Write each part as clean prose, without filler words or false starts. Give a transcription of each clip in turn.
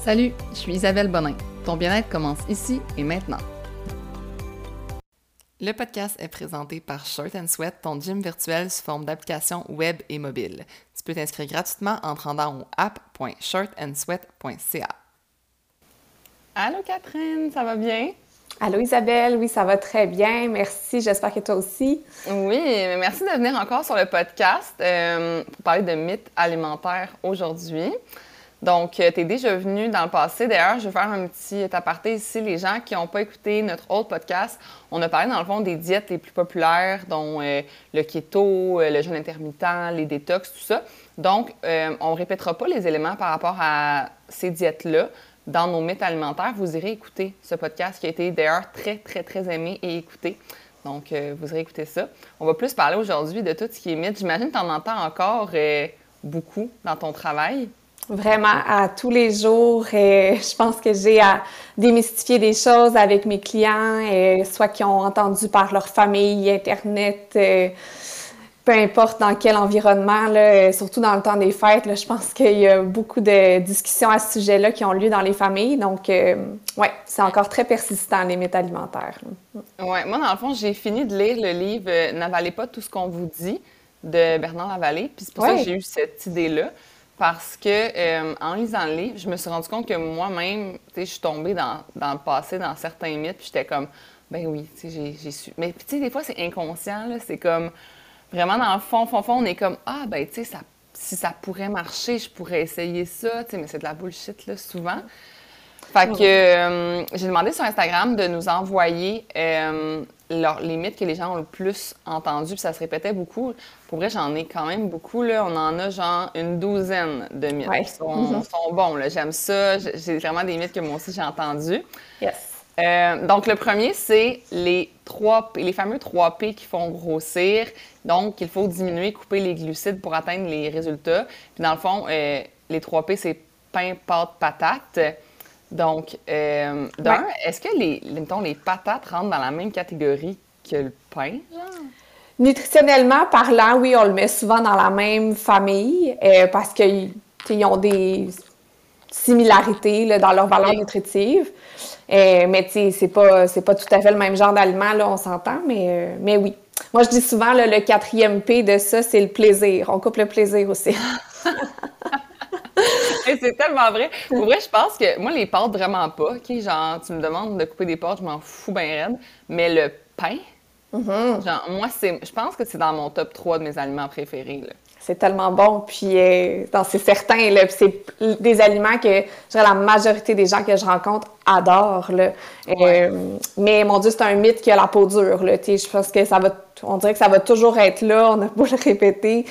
Salut, je suis Isabelle Bonin. Ton bien-être commence ici et maintenant. Le podcast est présenté par Shirt & Sweat, ton gym virtuel sous forme d'application web et mobile. Tu peux t'inscrire gratuitement en te rendant au app.shirtandsweat.ca. Allô Catherine, ça va bien? Allô Isabelle, oui, ça va très bien, merci, j'espère que toi aussi. Oui, merci de venir encore sur le podcast pour parler de mythes alimentaires aujourd'hui. Donc, tu es déjà venu dans le passé. D'ailleurs, je vais faire un petit aparté ici. Les gens qui n'ont pas écouté notre autre podcast, on a parlé dans le fond des diètes les plus populaires, dont le keto, le jeûne intermittent, les détox, tout ça. Donc, on ne répétera pas les éléments par rapport à ces diètes-là dans nos mythes alimentaires. Vous irez écouter ce podcast qui a été d'ailleurs très, très, très aimé et écouté. Donc, vous irez écouter ça. On va plus parler aujourd'hui de tout ce qui est mythe. J'imagine que tu en entends encore beaucoup dans ton travail. Vraiment, à tous les jours, je pense que j'ai à démystifier des choses avec mes clients, soit qui ont entendu par leur famille, Internet, peu importe dans quel environnement, là, surtout dans le temps des fêtes, là, je pense qu'il y a beaucoup de discussions à ce sujet-là qui ont lieu dans les familles. Donc, oui, c'est encore très persistant, les mythes alimentaires. Oui, moi, dans le fond, j'ai fini de lire le livre « N'avalez pas tout ce qu'on vous dit » de Bernard Lavallée. Puis c'est pour ça que j'ai eu cette idée-là. Parce que en lisant le livre, je me suis rendu compte que moi-même, tu sais, je suis tombée dans le passé, dans certains mythes, puis j'étais comme, ben oui, tu sais, j'ai su. Mais tu sais, des fois, c'est inconscient, là, c'est comme, vraiment dans le fond, on est comme, ah, ben tu sais, si ça pourrait marcher, je pourrais essayer ça, tu sais, mais c'est de la bullshit, là, souvent. Fait que j'ai demandé sur Instagram de nous envoyer les mythes que les gens ont le plus entendus, puis ça se répétait beaucoup. Pour vrai, j'en ai quand même beaucoup, là. On en a genre une douzaine de mythes. Ouais. Ils sont bons, là. J'aime ça. J'ai vraiment des mythes que moi aussi j'ai entendus. Yes. Donc, le premier, c'est les fameux 3P qui font grossir. Donc, il faut diminuer, couper les glucides pour atteindre les résultats. Puis, dans le fond, les 3P, c'est pain, pâte, patate. Donc, est-ce que les patates rentrent dans la même catégorie que le pain, genre? Nutritionnellement parlant, oui, on le met souvent dans la même famille parce qu'ils ont des similarités là, dans leurs valeurs nutritives. Mais tu sais, c'est pas tout à fait le même genre d'aliment, là, on s'entend, mais oui. Moi, je dis souvent, là, le 4e P de ça, c'est le plaisir. On coupe le plaisir aussi. C'est tellement vrai. Pour vrai, je pense que moi, les pâtes, vraiment pas. OK, genre, tu me demandes de couper des pâtes, je m'en fous bien raide. Mais le pain, genre, moi, je pense que c'est dans mon top 3 de mes aliments préférés, là. C'est tellement bon, puis c'est certain, là, puis c'est des aliments que je dirais, la majorité des gens que je rencontre adorent, là. Mais mon Dieu, c'est un mythe qui a la peau dure, là, tu sais, je pense que on dirait que ça va toujours être là, on a beau le répéter,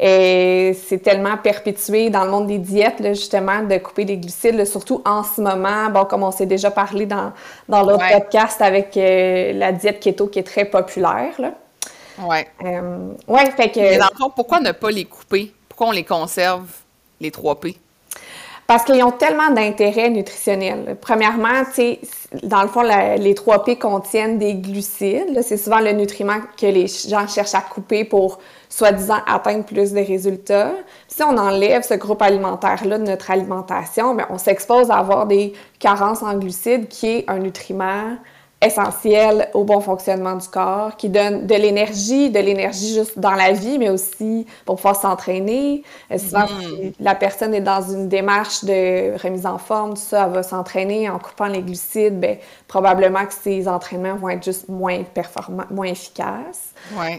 et c'est tellement perpétué dans le monde des diètes, là, justement, de couper des glucides, là, surtout en ce moment, bon, comme on s'est déjà parlé dans l'autre podcast avec la diète keto qui est très populaire, là. Ouais. Fait que... Mais dans le fond, pourquoi ne pas les couper? Pourquoi on les conserve, les 3P? Parce qu'ils ont tellement d'intérêt nutritionnel. Premièrement, tu sais, dans le fond, les 3P contiennent des glucides. Là, c'est souvent le nutriment que les gens cherchent à couper pour, soi-disant, atteindre plus de résultats. Si on enlève ce groupe alimentaire-là de notre alimentation, bien, on s'expose à avoir des carences en glucides, qui est un nutriment essentiel au bon fonctionnement du corps, qui donne de l'énergie juste dans la vie, mais aussi pour pouvoir s'entraîner. Souvent, si la personne est dans une démarche de remise en forme, tout ça, elle va s'entraîner en coupant les glucides, bien, probablement que ses entraînements vont être juste moins performants, moins efficaces. Ouais.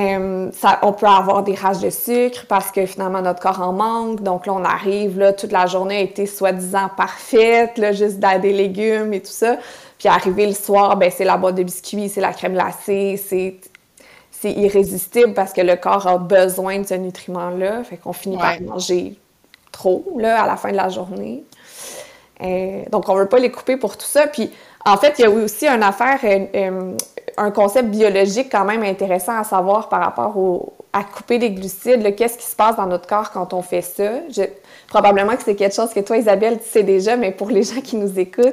On peut avoir des rages de sucre parce que finalement notre corps en manque, donc là on arrive, là, toute la journée a été soi-disant parfaite, là, juste des légumes et tout ça, puis arrivé le soir, ben c'est la boîte de biscuits, c'est la crème glacée, c'est irrésistible parce que le corps a besoin de ce nutriment-là, fait qu'on finit par manger trop là, à la fin de la journée. Donc on veut pas les couper pour tout ça, puis en fait il y a aussi une affaire, un concept biologique quand même intéressant à savoir par rapport à couper les glucides. Qu'est-ce qui se passe dans notre corps quand on fait ça? Probablement que c'est quelque chose que toi, Isabelle, tu sais déjà, mais pour les gens qui nous écoutent,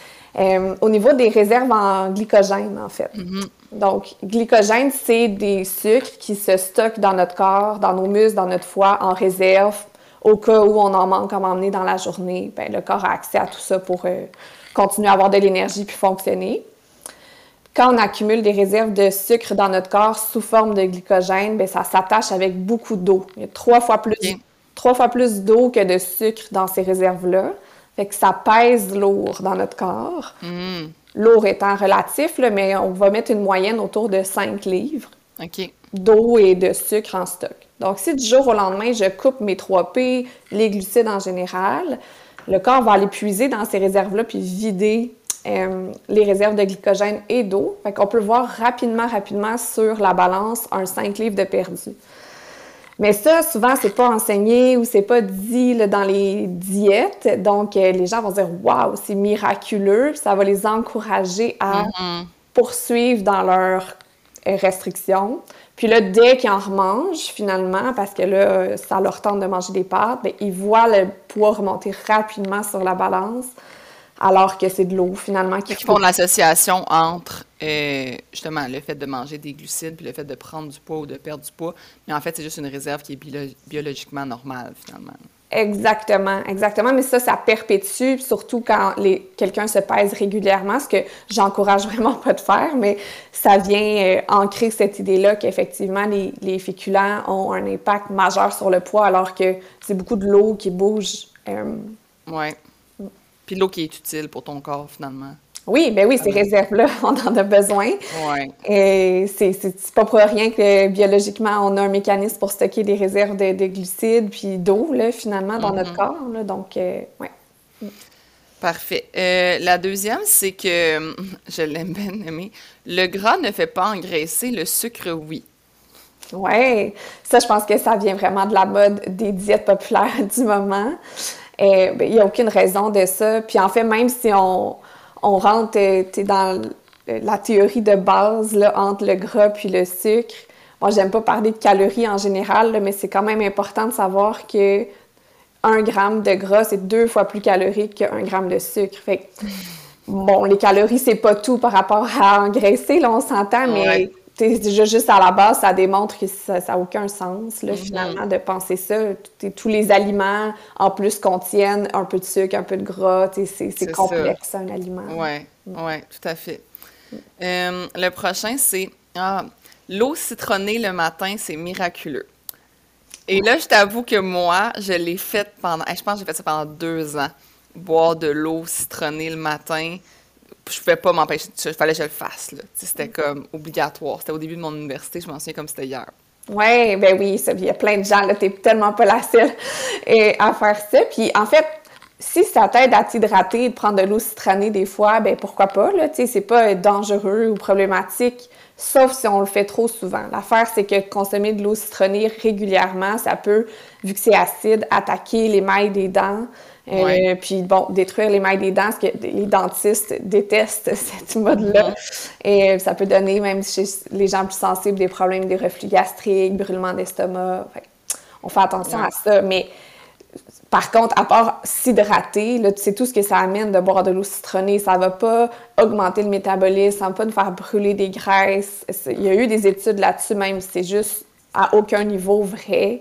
au niveau des réserves en glycogène, en fait. Donc, glycogène, c'est des sucres qui se stockent dans notre corps, dans nos muscles, dans notre foie, en réserve au cas où on en manque à m'emmener dans la journée, ben, le corps a accès à tout ça pour continuer à avoir de l'énergie puis fonctionner. Quand on accumule des réserves de sucre dans notre corps sous forme de glycogène, bien, ça s'attache avec beaucoup d'eau. Il y a 3 fois plus d'eau que de sucre dans ces réserves-là. Fait que ça pèse lourd dans notre corps. Lourd étant relatif, là, mais on va mettre une moyenne autour de 5 livres d'eau et de sucre en stock. Donc, si du jour au lendemain, je coupe mes 3P, les glucides en général, le corps va aller puiser dans ces réserves-là puis vider les réserves de glycogène et d'eau. Fait qu'on peut voir rapidement sur la balance un 5 livres de perdu. Mais ça, souvent, c'est pas enseigné ou c'est pas dit là, dans les diètes. Donc, les gens vont dire « Wow, c'est miraculeux! » Ça va les encourager à poursuivre dans leurs restrictions. Puis là, dès qu'ils en remangent, finalement, parce que là, ça leur tente de manger des pâtes, bien, ils voient le poids remonter rapidement sur la balance, alors que c'est de l'eau, finalement, qui font l'association entre, justement, le fait de manger des glucides puis le fait de prendre du poids ou de perdre du poids. Mais en fait, c'est juste une réserve qui est biologiquement normale, finalement. Exactement. Mais ça perpétue, surtout quand quelqu'un se pèse régulièrement, ce que j'encourage vraiment pas de faire, mais ça vient ancrer cette idée-là qu'effectivement, les féculents ont un impact majeur sur le poids, alors que c'est beaucoup de l'eau qui bouge. Oui. Puis l'eau qui est utile pour ton corps, finalement. Oui, bien oui, ces réserves-là, on en a besoin. Oui. Et c'est pas pour rien que biologiquement, on a un mécanisme pour stocker des réserves de glucides puis d'eau, là, finalement, dans notre corps. Là, donc, oui. Parfait. La deuxième, c'est que, je l'aime bien aimé, le gras ne fait pas engraisser, le sucre, oui. Oui, ça, je pense que ça vient vraiment de la mode des diètes populaires du moment. Il n'y a aucune raison de ça. Puis en fait, même si on rentre dans la théorie de base là, entre le gras puis le sucre, moi, j'aime pas parler de calories en général, là, mais c'est quand même important de savoir que 1 gramme de gras, c'est 2 fois plus calorique que 1 gramme de sucre. Fait que, bon, les calories, c'est pas tout par rapport à engraisser, là, on s'entend, mais juste à la base, ça démontre que ça n'a aucun sens, là, finalement, de penser ça. Tous les aliments, en plus, contiennent un peu de sucre, un peu de gras. C'est complexe, ça, un aliment. Oui, tout à fait. Le prochain, c'est l'eau citronnée le matin, c'est miraculeux. Et là, je t'avoue que moi, je l'ai fait je pense que j'ai fait ça pendant 2 ans. Boire de l'eau citronnée le matin. Je pouvais pas m'empêcher, il fallait que je le fasse, là. C'était comme obligatoire. C'était au début de mon université, je m'en souviens comme c'était hier. Oui, ben oui, il y a plein de gens, là, t'es tellement pas la seule à faire ça. Puis en fait, si ça t'aide à t'hydrater et de prendre de l'eau citronnée des fois, ben pourquoi pas, là, tu sais, c'est pas dangereux ou problématique, sauf si on le fait trop souvent. L'affaire, c'est que consommer de l'eau citronnée régulièrement, ça peut, vu que c'est acide, attaquer l'émail des dents. Puis bon, détruire l'émail des dents, parce que les dentistes détestent cette mode-là. Et ça peut donner, même chez les gens plus sensibles, des problèmes de reflux gastrique, brûlement d'estomac. On fait attention à ça. Mais par contre, à part s'hydrater, là, tu sais tout ce que ça amène de boire de l'eau citronnée. Ça va pas augmenter le métabolisme, ça va pas nous faire brûler des graisses. Il y a eu des études là-dessus, même si c'est juste à aucun niveau vrai.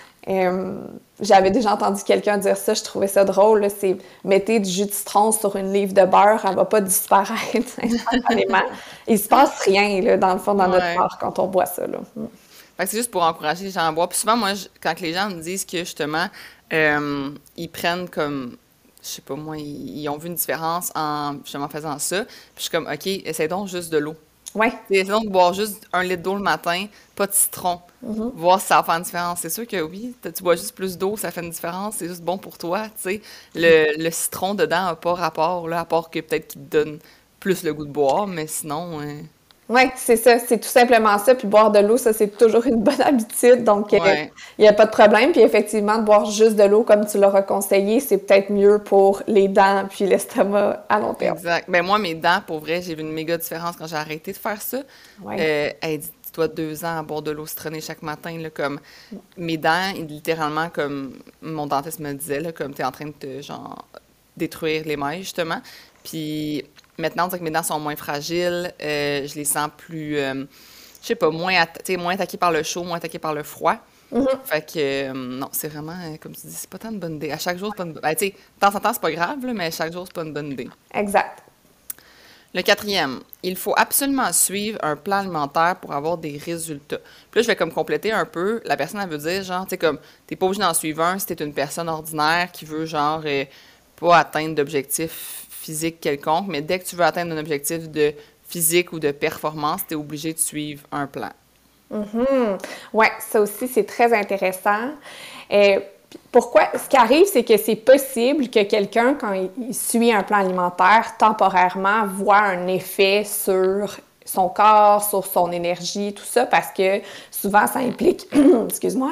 J'avais déjà entendu quelqu'un dire ça, je trouvais ça drôle, là, c'est mettez du jus de citron sur une livre de beurre, elle va pas disparaître instantanément. Il se passe rien, là, dans le fond, dans notre corps quand on boit ça. Là. Fait que c'est juste pour encourager les gens à boire. Puis souvent, moi, quand les gens me disent que justement, ils prennent comme, je sais pas moi, ils ont vu une différence en justement faisant ça, puis je suis comme, OK, essaie donc juste de l'eau. Ouais. Essaie donc de boire juste 1 litre d'eau le matin, pas de citron. Voir si ça va faire une différence. C'est sûr que oui, tu bois juste plus d'eau, ça fait une différence, c'est juste bon pour toi, tu sais. Le citron dedans n'a pas rapport, là, à part que peut-être qu'il te donne plus le goût de boire, mais sinon... Oui, c'est ça, c'est tout simplement ça. Puis boire de l'eau, ça, c'est toujours une bonne habitude. Donc, il n'y a pas de problème. Puis effectivement, de boire juste de l'eau, comme tu l'auras conseillé, c'est peut-être mieux pour les dents puis l'estomac à long terme. Exact. Ben moi, mes dents, pour vrai, j'ai vu une méga différence quand j'ai arrêté de faire ça. Elle dit, toi, 2 ans à boire de l'eau citronnée chaque matin, là, comme mes dents, littéralement, comme mon dentiste me disait, là, comme tu es en train de te, genre, détruire l'émail, justement. Puis... Maintenant, on dirait que mes dents sont moins fragiles, je les sens plus, je sais pas, moins attaquées par le chaud, moins attaquées par le froid. Mhm. Fait que, non, c'est vraiment, comme tu dis, c'est pas tant une bonne idée. À chaque jour, c'est pas une bonne... Ben, tu sais, de temps en temps, c'est pas grave, là, mais à chaque jour, c'est pas une bonne idée. Exact. Le quatrième, il faut absolument suivre un plan alimentaire pour avoir des résultats. Puis là, je vais comme compléter un peu. La personne, elle veut dire, genre, tu sais, comme, t'es pas obligé d'en suivre un si t'es une personne ordinaire qui veut, genre, pas atteindre d'objectifs physiques quelconques, mais dès que tu veux atteindre un objectif de physique ou de performance, t'es obligé de suivre un plan. Mhm. Ouais, ça aussi, c'est très intéressant. Pourquoi? Ce qui arrive, c'est que c'est possible que quelqu'un, quand il suit un plan alimentaire, temporairement, voit un effet sur son corps, sur son énergie, tout ça, parce que souvent, ça implique, excuse-moi,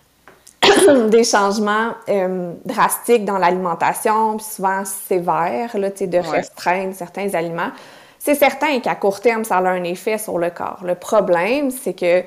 des changements drastiques dans l'alimentation, puis souvent sévères, là, tu sais, de Ouais. restreindre certains aliments. C'est certain qu'à court terme, ça a un effet sur le corps. Le problème, c'est que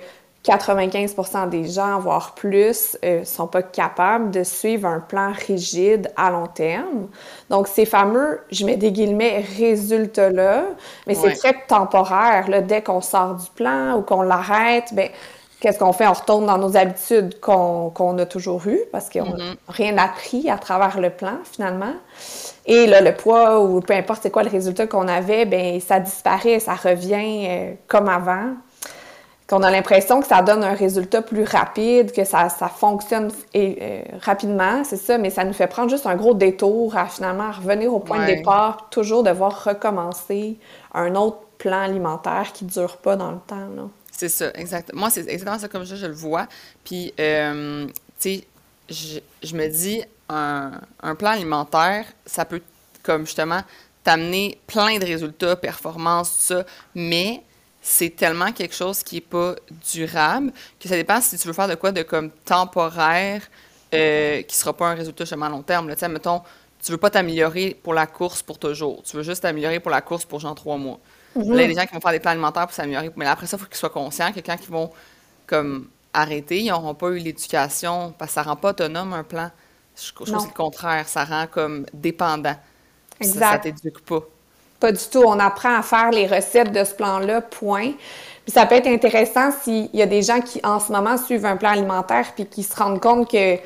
95% des gens, voire plus, sont pas capables de suivre un plan rigide à long terme. Donc, ces fameux, je mets des guillemets, résultats-là, mais c'est Ouais. très temporaire, là. Dès qu'on sort du plan ou qu'on l'arrête, ben qu'est-ce qu'on fait? On retourne dans nos habitudes qu'on a toujours eues parce qu'on n'a Mhm. rien appris à travers le plan, finalement. Et là, le poids ou peu importe c'est quoi le résultat qu'on avait, ben ça disparaît, ça revient comme avant. Qu'on a l'impression que ça donne un résultat plus rapide, que ça fonctionne rapidement, c'est ça, mais ça nous fait prendre juste un gros détour à finalement revenir au point de Ouais. départ, puis toujours devoir recommencer un autre plan alimentaire qui ne dure pas dans le temps, là. C'est ça, exact. Moi, c'est exactement ça comme ça, je le vois. Puis, tu sais, je me dis, un plan alimentaire, ça peut, comme justement, t'amener plein de résultats, performances, tout ça, mais c'est tellement quelque chose qui est pas durable que ça dépend si tu veux faire de quoi de comme temporaire, qui sera pas un résultat justement à long terme. Là. Tu sais, mettons, tu veux pas t'améliorer pour la course pour toujours. Tu veux juste t'améliorer pour la course pour genre 3 mois. Là, il y a des gens qui vont faire des plans alimentaires pour s'améliorer. Mais là, après ça, il faut qu'ils soient conscients que quand ils vont comme arrêter, ils n'auront pas eu l'éducation parce que ça rend pas autonome un plan. Je trouve que c'est Non, le contraire. Ça rend comme dépendant. Ça exact. t'éduque pas. Pas du tout. On apprend à faire les recettes de ce plan-là, point. Puis ça peut être intéressant s'il y a des gens qui, en ce moment, suivent un plan alimentaire puis qui se rendent compte que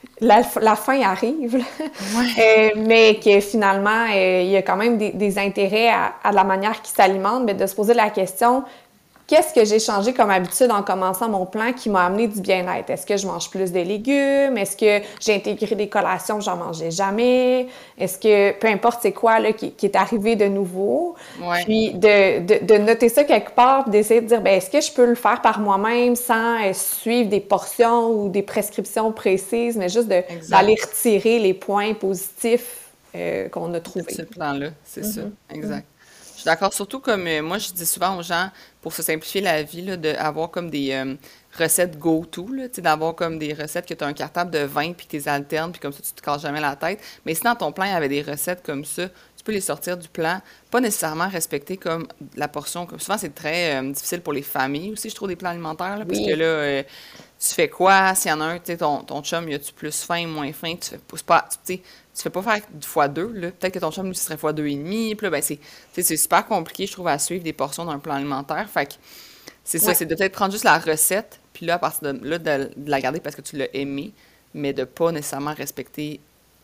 la fin arrive, là. Ouais. Mais que finalement, il y a quand même des intérêts à la manière qu'ils s'alimentent, mais de se poser la question, qu'est-ce que j'ai changé comme habitude en commençant mon plan qui m'a amené du bien-être? Est-ce que je mange plus de légumes? Est-ce que j'ai intégré des collations que j'en mangeais jamais? Est-ce que, peu importe c'est quoi là, qui est arrivé de nouveau, Ouais. puis de noter ça quelque part, puis d'essayer de dire, ben est-ce que je peux le faire par moi-même sans suivre des portions ou des prescriptions précises, mais juste Exact. d'aller retirer les points positifs qu'on a De trouvés. ce plan-là, c'est ça. Exact. Je suis d'accord. Surtout comme moi, je dis souvent aux gens, pour se simplifier la vie, là, d'avoir comme des recettes go-to, là, tu sais, d'avoir comme des recettes que tu as un cartable de 20 puis que tu les alternes, puis comme ça, tu te casses jamais la tête. Mais si dans ton plan, il y avait des recettes comme ça, tu peux les sortir du plan, pas nécessairement respecter comme la portion. Comme souvent, c'est très difficile pour les familles aussi, je trouve, des plans alimentaires, là, parce que Oui, là, tu fais quoi? S'il y en a un, tu sais, ton chum, y a-tu plus faim, moins faim? Tu fais pas, tu sais, tu fais pas faire fois deux, là. Peut-être que ton chum, lui, ce serait fois deux et demi. Puis là, ben, tu sais, c'est super compliqué, je trouve, à suivre des portions d'un plan alimentaire. Fait que c'est ça, ouais. c'est de peut-être prendre juste la recette, puis là, à partir de là, de la garder parce que tu l'as aimé, mais de pas nécessairement respecter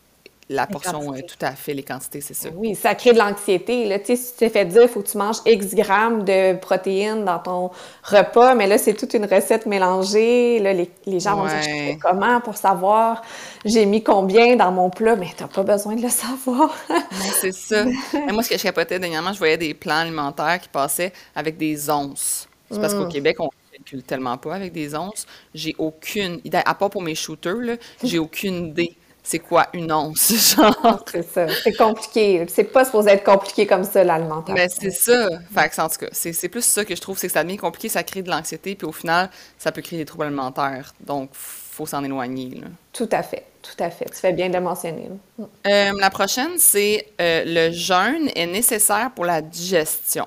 la Les portion quantités. tout à fait, les quantités, c'est ça. Oui, ça crée de l'anxiété. Là. Tu sais, si tu t'es fait dire, il faut que tu manges X grammes de protéines dans ton repas, mais là, c'est toute une recette mélangée. Là, les gens vont dire, je fais Ouais, comment pour savoir j'ai mis combien dans mon plat, mais t'as pas besoin de le savoir. non, c'est ça. Mais moi, ce que je capotais dernièrement, je voyais des plans alimentaires qui passaient avec des onces. C'est parce qu'au Hum, Québec, on calcule tellement pas avec des onces. J'ai aucune idée, à part pour mes shooters, là, j'ai aucune idée c'est quoi une once, non, genre. c'est ça. C'est compliqué. C'est pas supposé être compliqué comme ça, Mais c'est l'alimentation. ça. Fait que, en tout cas, c'est plus ça que je trouve, c'est que ça devient compliqué, ça crée de l'anxiété, puis au final, ça peut créer des troubles alimentaires. Donc, faut s'en éloigner, là. Tout à fait. Tout à fait. Tu fais bien de le mentionner. Là. La prochaine, c'est le jeûne est nécessaire pour la digestion.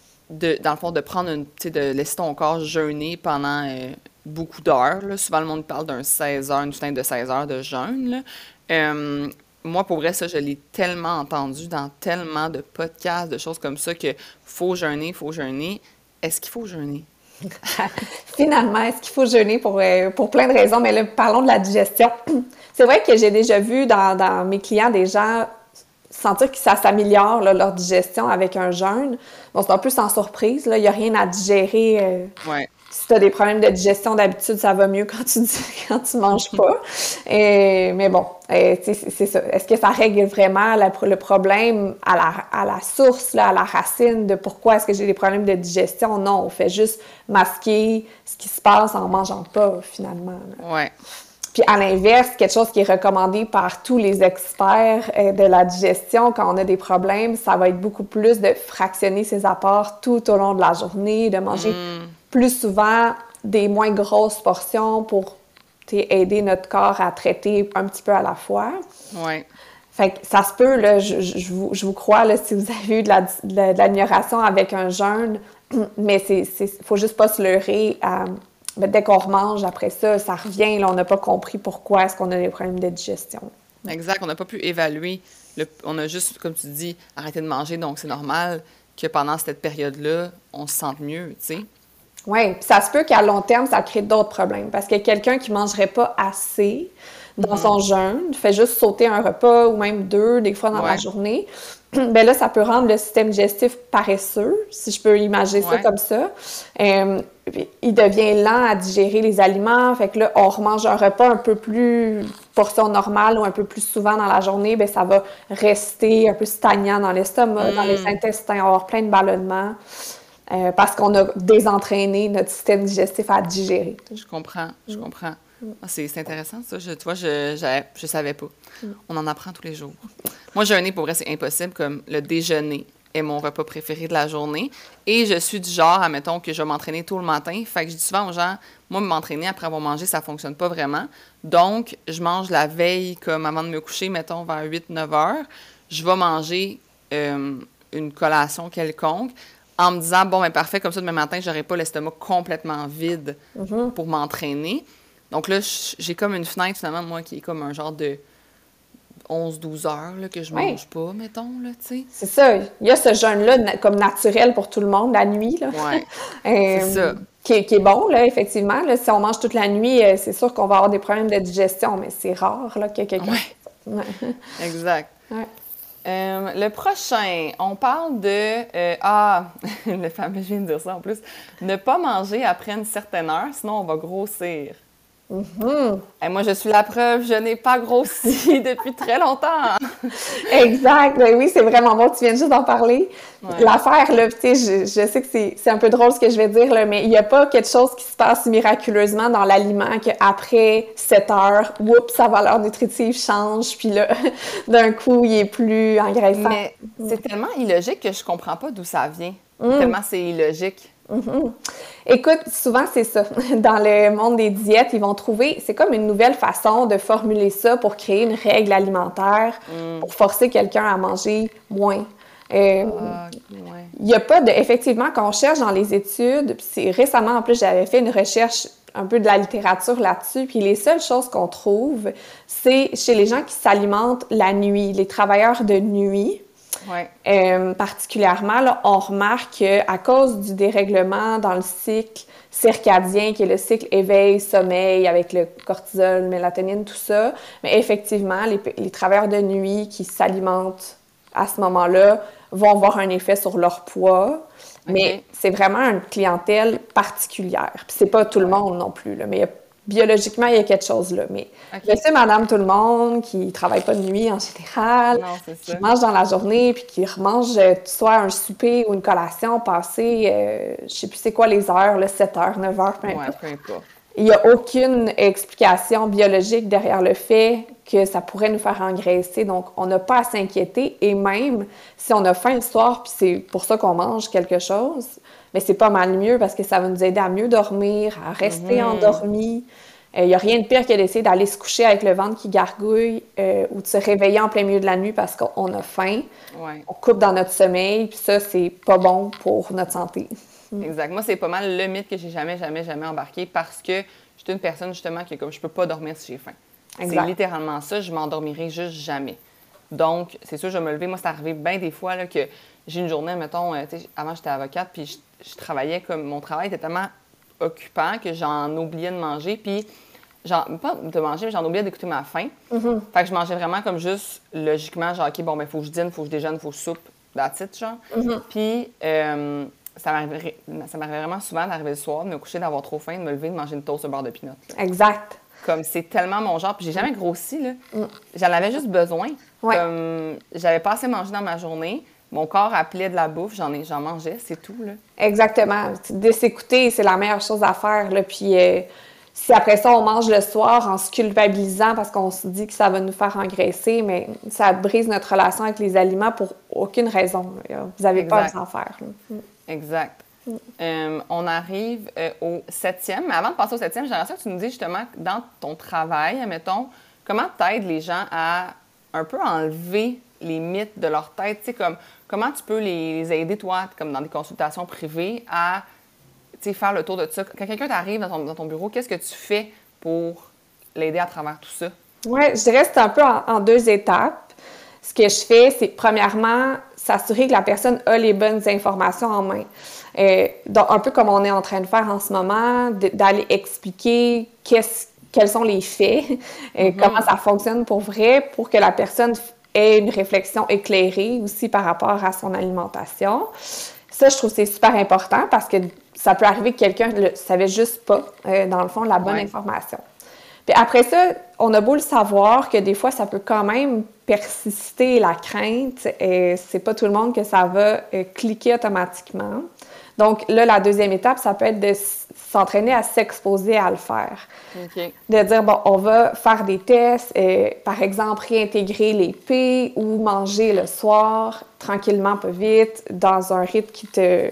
Dans le fond, de prendre une, tu sais, de laisser ton corps jeûner pendant beaucoup d'heures, là. Souvent, le monde parle d'un 16 heures, une fenêtre de 16 heures de jeûne, là. Euh, Moi, pour vrai, ça, je l'ai tellement entendu dans tellement de podcasts, de choses comme ça, que faut jeûner, faut jeûner. Est-ce qu'il faut jeûner? Finalement, est-ce qu'il faut jeûner pour plein de raisons? Mais là, parlons de la digestion. C'est vrai que j'ai déjà vu dans mes clients des gens sentir que ça s'améliore, là, leur digestion avec un jeûne. Bon, c'est un peu sans surprise, là. Il n'y a rien à digérer. Ouais. Si tu as des problèmes de digestion, d'habitude, ça va mieux quand tu manges pas. Mais bon, c'est ça. Est-ce que ça règle vraiment le problème à la source, là, à la racine de pourquoi est-ce que j'ai des problèmes de digestion? Non, on fait juste masquer ce qui se passe en mangeant pas, finalement. Ouais. Puis à l'inverse, quelque chose qui est recommandé par tous les experts de la digestion quand on a des problèmes, ça va être beaucoup plus de fractionner ses apports tout au long de la journée, de manger plus souvent des moins grosses portions pour aider notre corps à traiter un petit peu à la fois. Ouais. Fait que ça se peut, là, je vous crois, là, si vous avez eu de l'amélioration avec un jeûne, mais faut juste pas se leurrer. Dès qu'on remange, après ça, ça revient. Là, on n'a pas compris pourquoi est-ce qu'on a des problèmes de digestion. Exact. On n'a pas pu évaluer. On a juste, comme tu dis, arrêté de manger. Donc, c'est normal que pendant cette période-là, on se sente mieux, tu sais. Oui, puis ça se peut qu'à long terme, ça crée d'autres problèmes. Parce que quelqu'un qui ne mangerait pas assez dans son jeûne, fait juste sauter un repas ou même deux, des fois dans la journée, ben là, ça peut rendre le système digestif paresseux, si je peux imaginer ça comme ça. Il devient lent à digérer les aliments, fait que là, on remange un repas un peu plus portion normale ou un peu plus souvent dans la journée, ben ça va rester un peu stagnant dans l'estomac, dans les intestins, on va avoir plein de ballonnements. Parce qu'on a désentraîné notre système digestif à digérer. Je comprends. Ah, c'est intéressant, ça. Tu vois, je savais pas. On en apprend tous les jours. Moi, jeûner, pour vrai, c'est impossible. Comme le déjeuner est mon repas préféré de la journée. Et je suis du genre, admettons, que je vais m'entraîner tôt le matin. Fait que je dis souvent aux gens, moi, m'entraîner après avoir mangé, ça fonctionne pas vraiment. Donc, je mange la veille, comme avant de me coucher, mettons, vers 8-9 heures. Je vais manger une collation quelconque en me disant, bon, ben parfait, comme ça, demain matin, j'aurai pas l'estomac complètement vide pour m'entraîner. Donc là, j'ai comme une fenêtre, finalement, moi, qui est comme un genre de 11-12 heures là, que je mange pas, mettons, là, tu sais. C'est ça. Il y a ce jeûne-là comme naturel pour tout le monde, la nuit, là. Oui, c'est ça. Qui est bon, là, effectivement. Là, si on mange toute la nuit, c'est sûr qu'on va avoir des problèmes de digestion, mais c'est rare, là, que quelqu'un... Ouais. Exact. Ouais. Le prochain, on parle de... le fameux, je viens de dire ça en plus. Ne pas manger après une certaine heure, sinon on va grossir. Et moi, je suis la preuve, je n'ai pas grossi depuis très longtemps. Exact. Ben oui, c'est vraiment bon. Tu viens juste d'en parler. Ouais. L'affaire, là, tu sais, je sais que c'est un peu drôle ce que je vais dire, là, mais il n'y a pas quelque chose qui se passe miraculeusement dans l'aliment qu'après 7 heures, oups, sa valeur nutritive change, puis là, d'un coup, il est plus engraissant. Mais c'est tellement illogique que je comprends pas d'où ça vient. Tellement c'est illogique. Écoute, souvent c'est ça. Dans le monde des diètes, ils vont trouver, c'est comme une nouvelle façon de formuler ça pour créer une règle alimentaire, pour forcer quelqu'un à manger moins. Il n'y a pas de... Effectivement, quand on cherche dans les études, puis récemment, en plus, j'avais fait une recherche un peu de la littérature là-dessus, puis les seules choses qu'on trouve, c'est chez les gens qui s'alimentent la nuit, les travailleurs de nuit. Ouais. Particulièrement, là, on remarque qu'à cause du dérèglement dans le cycle circadien, qui est le cycle éveil-sommeil avec le cortisol, mélatonine, tout ça, mais effectivement, les travailleurs de nuit qui s'alimentent à ce moment-là vont avoir un effet sur leur poids, mais c'est vraiment une clientèle particulière. Puis c'est pas tout le monde non plus, là, mais biologiquement, il y a quelque chose là. Mais monsieur, madame, tout le monde qui ne travaille pas de nuit en général, qui mange dans la journée puis qui remange soit un souper ou une collation passé, je ne sais plus c'est quoi les heures, là, 7 heures, 9 heures, peu importe. Peu importe. Il n'y a aucune explication biologique derrière le fait que ça pourrait nous faire engraisser. Donc, on n'a pas à s'inquiéter. Et même si on a faim le soir puis c'est pour ça qu'on mange quelque chose, mais c'est pas mal mieux parce que ça va nous aider à mieux dormir, à rester endormi. Il n'y a rien de pire que d'essayer d'aller se coucher avec le ventre qui gargouille ou de se réveiller en plein milieu de la nuit parce qu'on a faim. Ouais. On coupe dans notre sommeil, puis ça, c'est pas bon pour notre santé. Exact. Moi, c'est pas mal le mythe que j'ai jamais embarqué parce que je suis une personne, justement, qui comme je peux pas dormir si j'ai faim. Exact. C'est littéralement ça, je m'endormirai juste jamais. Donc, c'est sûr, je vais me lever. Moi, c'est arrivé bien des fois là, que j'ai une journée, mettons, avant j'étais avocate, puis je travaillais comme... Mon travail était tellement occupant que j'en oubliais de manger. Puis, pas de manger, mais j'en oubliais d'écouter ma faim. Fait que je mangeais vraiment comme juste logiquement, genre, OK, bon, ben, faut que je dîne, faut que je déjeune, faut que je soupe, that's it, genre. Puis, ça m'arrivait vraiment souvent d'arriver le soir, de me coucher, d'avoir trop faim, de me lever, de manger une toast au beurre de pinot. Exact. Comme c'est tellement mon genre, puis j'ai jamais grossi, là. J'en avais juste besoin. Ouais. Comme j'avais pas assez mangé dans ma journée, mon corps appelait de la bouffe, j'en mangeais, c'est tout, là. Exactement. De s'écouter, c'est la meilleure chose à faire, là. Puis si après ça, on mange le soir en se culpabilisant parce qu'on se dit que ça va nous faire engraisser, mais ça brise notre relation avec les aliments pour aucune raison, là. Vous n'avez pas à s'en faire, là. Exact. On arrive au 7e. Mais avant de passer au 7e, j'aimerais ça que tu nous dises justement, dans ton travail, admettons, comment tu aides les gens à un peu enlever les mythes de leur tête? Tu sais, comme, comment tu peux les aider, toi, comme dans des consultations privées, à faire le tour de ça? Quand quelqu'un t'arrive dans ton bureau, qu'est-ce que tu fais pour l'aider à travers tout ça? Oui, je dirais que c'est un peu en deux étapes. Ce que je fais, c'est premièrement, s'assurer que la personne a les bonnes informations en main. Donc, un peu comme on est en train de faire en ce moment, d'aller expliquer quels sont les faits, comment ça fonctionne pour vrai, pour que la personne ait une réflexion éclairée aussi par rapport à son alimentation. Ça, je trouve que c'est super important parce que ça peut arriver que quelqu'un ne savait juste pas, dans le fond, la bonne information. Puis après ça, on a beau le savoir que des fois, ça peut quand même persister la crainte. C'est pas tout le monde que ça va cliquer automatiquement. Donc là, la deuxième étape, ça peut être de s'entraîner à s'exposer à le faire. Okay. De dire, bon, on va faire des tests, par exemple, réintégrer les P ou manger le soir, tranquillement, pas vite, dans un rythme qui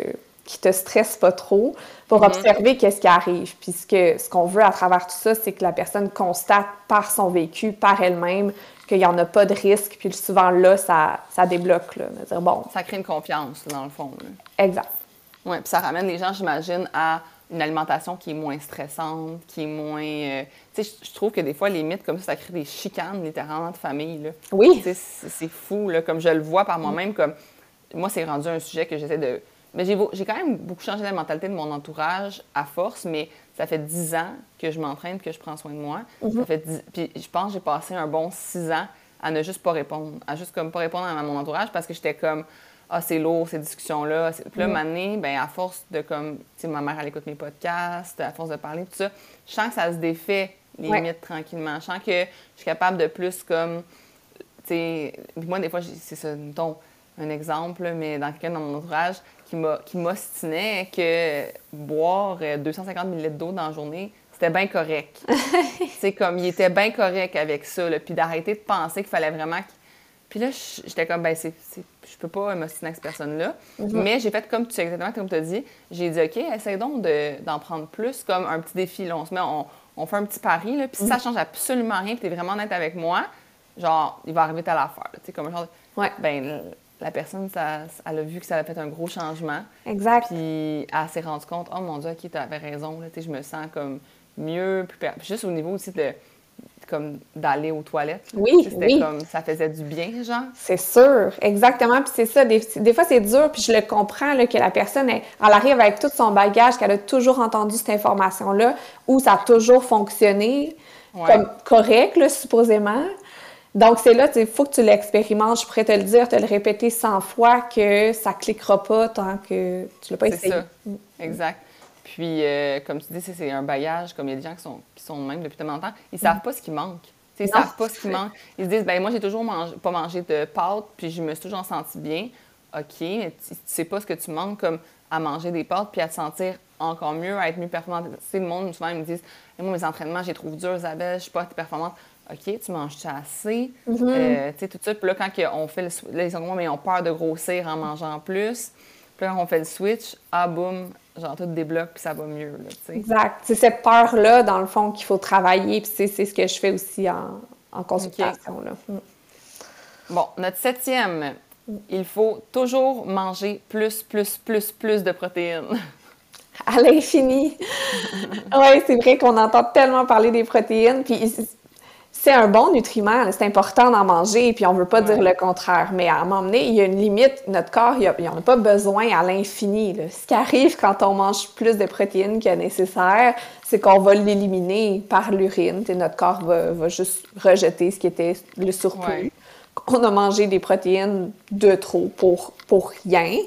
te stresse pas trop, pour observer qu'est-ce qui arrive. Puis ce qu'on veut à travers tout ça, c'est que la personne constate par son vécu, par elle-même, qu'il n'y en a pas de risque. Puis souvent, là, ça débloque. Là, de dire, bon, ça crée une confiance, là, dans le fond. Là. Exact. Oui, puis ça ramène les gens, j'imagine, à une alimentation qui est moins stressante, qui est moins... tu sais, je trouve que des fois, les mythes comme ça crée des chicanes, littéralement, de famille. Là. Oui. Tu sais, c'est fou, là, comme je le vois par moi-même. Comme moi, c'est rendu un sujet que j'essaie de... Mais j'ai quand même beaucoup changé la mentalité de mon entourage à force, mais ça fait 10 ans que je m'entraîne, que je prends soin de moi. Ça fait puis je pense que j'ai passé un bon 6 ans à ne juste pas répondre, à juste comme pas répondre à mon entourage parce que j'étais comme ah, c'est lourd, ces discussions-là. Puis là, m'amener, ben à force de comme, tu sais, ma mère, elle écoute mes podcasts, à force de parler, tout ça, je sens que ça se défait, les mythes, tranquillement. Je sens que je suis capable de plus comme, tu sais, moi, des fois, c'est ça, mettons, un exemple, mais dans quelqu'un dans mon entourage qui m'ostinait que boire 250 ml d'eau dans la journée, c'était bien correct. C'est comme, il était bien correct avec ça, là, puis d'arrêter de penser qu'il fallait vraiment... Puis là, j'étais comme, ben je peux pas m'ostiner avec cette personne-là. Mais j'ai fait exactement comme tu as dit. J'ai dit, OK, essaye donc d'en prendre plus, comme un petit défi. Là. On fait un petit pari, là, puis si ça change absolument rien, puis tu es vraiment honnête avec moi, genre, il va arriver telle affaire. Tu sais, comme genre, ben la personne, elle a vu que ça a fait un gros changement. Exact. Puis elle s'est rendue compte, oh mon Dieu, OK, tu avais raison, là, je me sens comme mieux. Puis juste au niveau aussi comme d'aller aux toilettes. Oui, c'était comme, ça faisait du bien, genre. C'est sûr, exactement. Puis c'est ça, des fois, c'est dur, puis je le comprends, là, que la personne, elle arrive avec tout son bagage, qu'elle a toujours entendu cette information-là, où ça a toujours fonctionné comme correct, là, supposément. Donc, c'est là, il faut que tu l'expérimentes. Je pourrais te le dire, te le répéter 100 fois que ça ne cliquera pas tant que tu ne l'as pas essayé. C'est ça, exact. Puis, comme tu dis, c'est un bagage, comme il y a des gens qui sont de même depuis tellement longtemps, ils ne savent pas ce qui manque. Ils ne savent pas ce qui manque. Ils se disent, ben moi, j'ai toujours pas mangé de pâtes, puis je me suis toujours sentie bien. OK, mais tu ne sais pas ce que tu manques, comme à manger des pâtes, puis à te sentir encore mieux, à être mieux performante. Tu sais, le monde, souvent, ils me disent, moi, mes entraînements, je les trouve durs, Isabelle, je ne suis pas performante. OK, tu manges-tu assez? Tu sais, tout ça. Puis là, quand on fait le switch, là, ils ont peur de grossir en mangeant plus. Puis là, quand on fait le switch, boum, genre tout débloque, puis ça va mieux, là, tu sais. Exact. C'est cette peur-là, dans le fond, qu'il faut travailler, puis c'est ce que je fais aussi en consultation, là. Bon, notre 7e, il faut toujours manger plus de protéines. À l'infini. Oui, c'est vrai qu'on entend tellement parler des protéines, puis c'est un bon nutriment, c'est important d'en manger, puis on veut pas dire le contraire. Mais à un moment donné, il y a une limite. Notre corps, il n'en a pas besoin à l'infini, là. Ce qui arrive quand on mange plus de protéines que nécessaire, c'est qu'on va l'éliminer par l'urine. Et notre corps va juste rejeter ce qui était le surplus. Ouais. On a mangé des protéines de trop pour rien.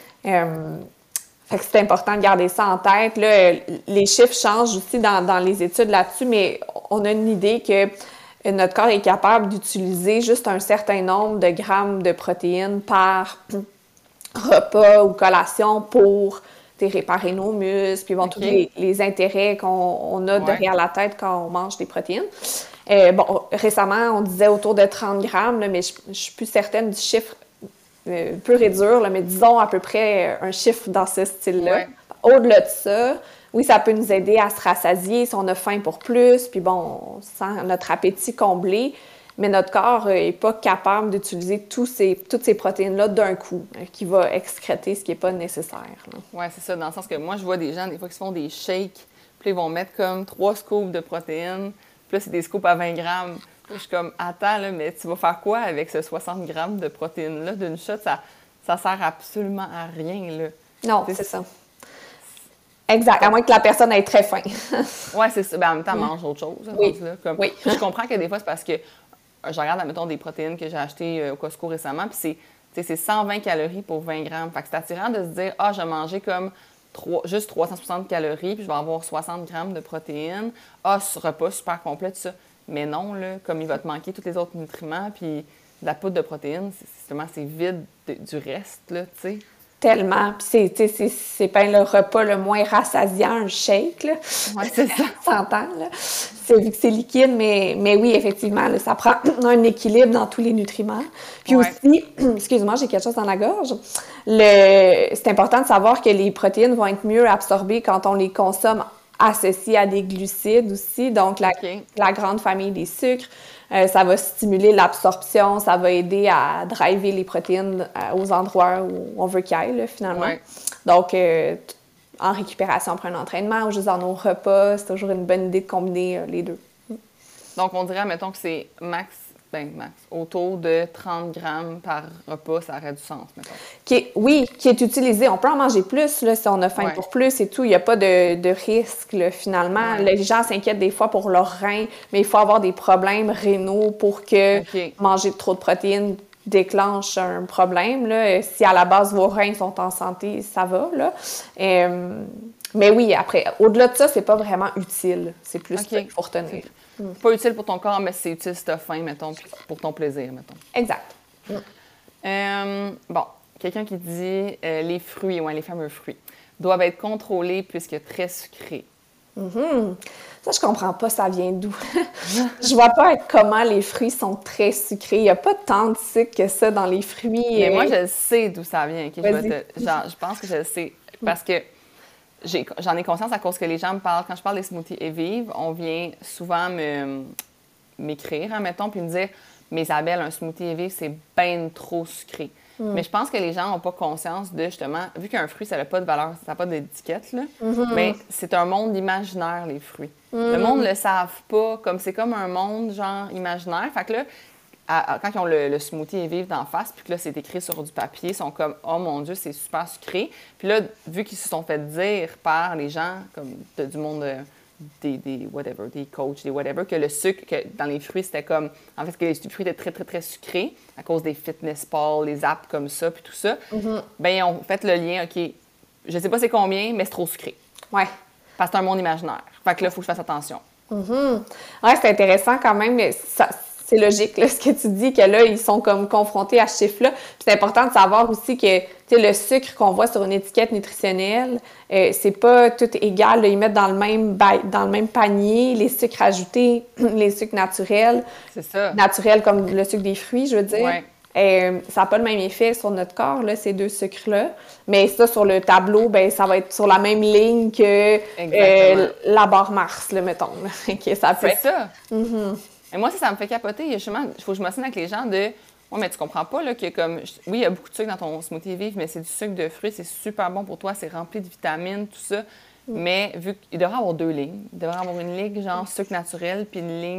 Fait que c'est important de garder ça en tête. Là, les chiffres changent aussi dans les études là-dessus, mais on a une idée que notre corps est capable d'utiliser juste un certain nombre de grammes de protéines par repas ou collation pour réparer nos muscles, puis tous les intérêts qu'on a derrière la tête quand on mange des protéines. Bon, récemment, on disait autour de 30 grammes, là, mais je suis plus certaine du chiffre pur et dur, là, mais disons à peu près un chiffre dans ce style-là. Ouais. Au-delà de ça, oui, ça peut nous aider à se rassasier si on a faim pour plus, puis bon, on sent notre appétit comblé, mais notre corps n'est pas capable d'utiliser toutes ces protéines-là d'un coup, qui va excréter ce qui n'est pas nécessaire. Oui, c'est ça, dans le sens que moi, je vois des gens, des fois, qui se font des shakes, puis ils vont mettre comme 3 scoops de protéines, puis là, c'est des scoops à 20 grammes. Puis je suis comme, attends, là, mais tu vas faire quoi avec ce 60 grammes de protéines-là d'une shot? Ça sert absolument à rien, là. Non, c'est ça. Exact, à moins que la personne ait très faim. Oui, c'est ça. Ben, en même temps, mange autre chose. Oui. Là, comme... Oui. Je comprends que des fois, c'est parce que je regarde, admettons, des protéines que j'ai achetées au Costco récemment, puis c'est 120 calories pour 20 grammes. Fait que c'est attirant de se dire, je vais manger comme juste 360 calories, puis je vais avoir 60 grammes de protéines. Ce repas super complet, tout ça. Mais non, là, comme il va te manquer tous les autres nutriments, puis la poudre de protéines, c'est vide du reste, là, tu sais. Tellement. Puis c'est pas le repas le moins rassasiant, un shake, là. Oui, c'est ça. S'entend, là. Vu que c'est liquide, mais oui, effectivement, là, ça prend un équilibre dans tous les nutriments. Puis aussi, excuse-moi, j'ai quelque chose dans la gorge. C'est important de savoir que les protéines vont être mieux absorbées quand on les consomme associées à des glucides aussi. Donc, la grande famille des sucres. Ça va stimuler l'absorption, ça va aider à driver les protéines aux endroits où on veut qu'ils aillent, là, finalement. Ouais. Donc, en récupération après un entraînement ou juste dans nos repas, c'est toujours une bonne idée de combiner les deux. Donc, on dirait, mettons, que c'est max, autour de 30 grammes par repas, ça aurait du sens, mettons. Qui est utilisé. On peut en manger plus, là, si on a faim pour plus et tout. Il n'y a pas de risque, là, finalement. Les gens s'inquiètent des fois pour leurs reins, mais il faut avoir des problèmes rénaux pour que manger trop de protéines déclenche un problème, là. Si à la base, vos reins sont en santé, ça va, là. Mais oui, après, au-delà de ça, c'est pas vraiment utile. C'est plus pour retenir. Pas utile pour ton corps, mais c'est utile si tu as faim, mettons, pour ton plaisir, mettons. Exact. Bon, quelqu'un qui dit les fruits, les fameux fruits, doivent être contrôlés puisque très sucrés. Ça, je comprends pas, ça vient d'où. Je vois pas comment les fruits sont très sucrés. Il n'y a pas tant de sucre que ça dans les fruits. Mais moi, je sais d'où ça vient. Je pense que je le sais. Parce que j'en ai conscience à cause que les gens me parlent. Quand je parle des smoothies et vives, on vient souvent m'écrire, mettons, puis me dire « Mais Isabelle, un smoothie et vive, c'est bien trop sucré. » Mais je pense que les gens n'ont pas conscience de, justement, vu qu'un fruit, ça n'a pas de valeur, ça n'a pas d'étiquette, là, mais c'est un monde imaginaire, les fruits. Le monde ne le savent pas, c'est comme un monde, genre, imaginaire. Fait que là, quand ils ont le smoothie et vive d'en face, puis que là, c'est écrit sur du papier, ils sont comme « Oh mon Dieu, c'est super sucré. » Puis là, vu qu'ils se sont fait dire par les gens, comme du monde... des coachs, des whatever, que le sucre dans les fruits, c'était comme... En fait, que les fruits étaient très, très, très sucrés à cause des fitness balls, les apps comme ça, puis tout ça. Bien, ils ont fait le lien, OK, je sais pas c'est combien, mais c'est trop sucré. Ouais. Parce que c'est un monde imaginaire. Fait que là, il faut que je fasse attention. Ouais, c'est intéressant quand même, mais c'est logique, là, ce que tu dis, que là, ils sont comme confrontés à ce chiffre-là. Puis c'est important de savoir aussi que, tu sais, le sucre qu'on voit sur une étiquette nutritionnelle, c'est pas tout égal, là. Ils mettent dans le même panier les sucres ajoutés, les sucres naturels. C'est ça. Naturels comme le sucre des fruits, je veux dire. Ouais. Ça n'a pas le même effet sur notre corps, là, ces deux sucres-là. Mais ça, sur le tableau, ben ça va être sur la même ligne que la barre Mars, là, mettons. Okay, ça peut être... ça. Et moi, ça me fait capoter. Justement, il faut que je m'assine avec les gens de « Ouais, mais tu comprends pas là, que comme... Oui, il y a beaucoup de sucre dans ton smoothie vive, mais c'est du sucre de fruits, c'est super bon pour toi, c'est rempli de vitamines, tout ça. Mais vu qu'il devrait avoir 2 lignes. Il devrait avoir une ligne genre sucre naturel puis une ligne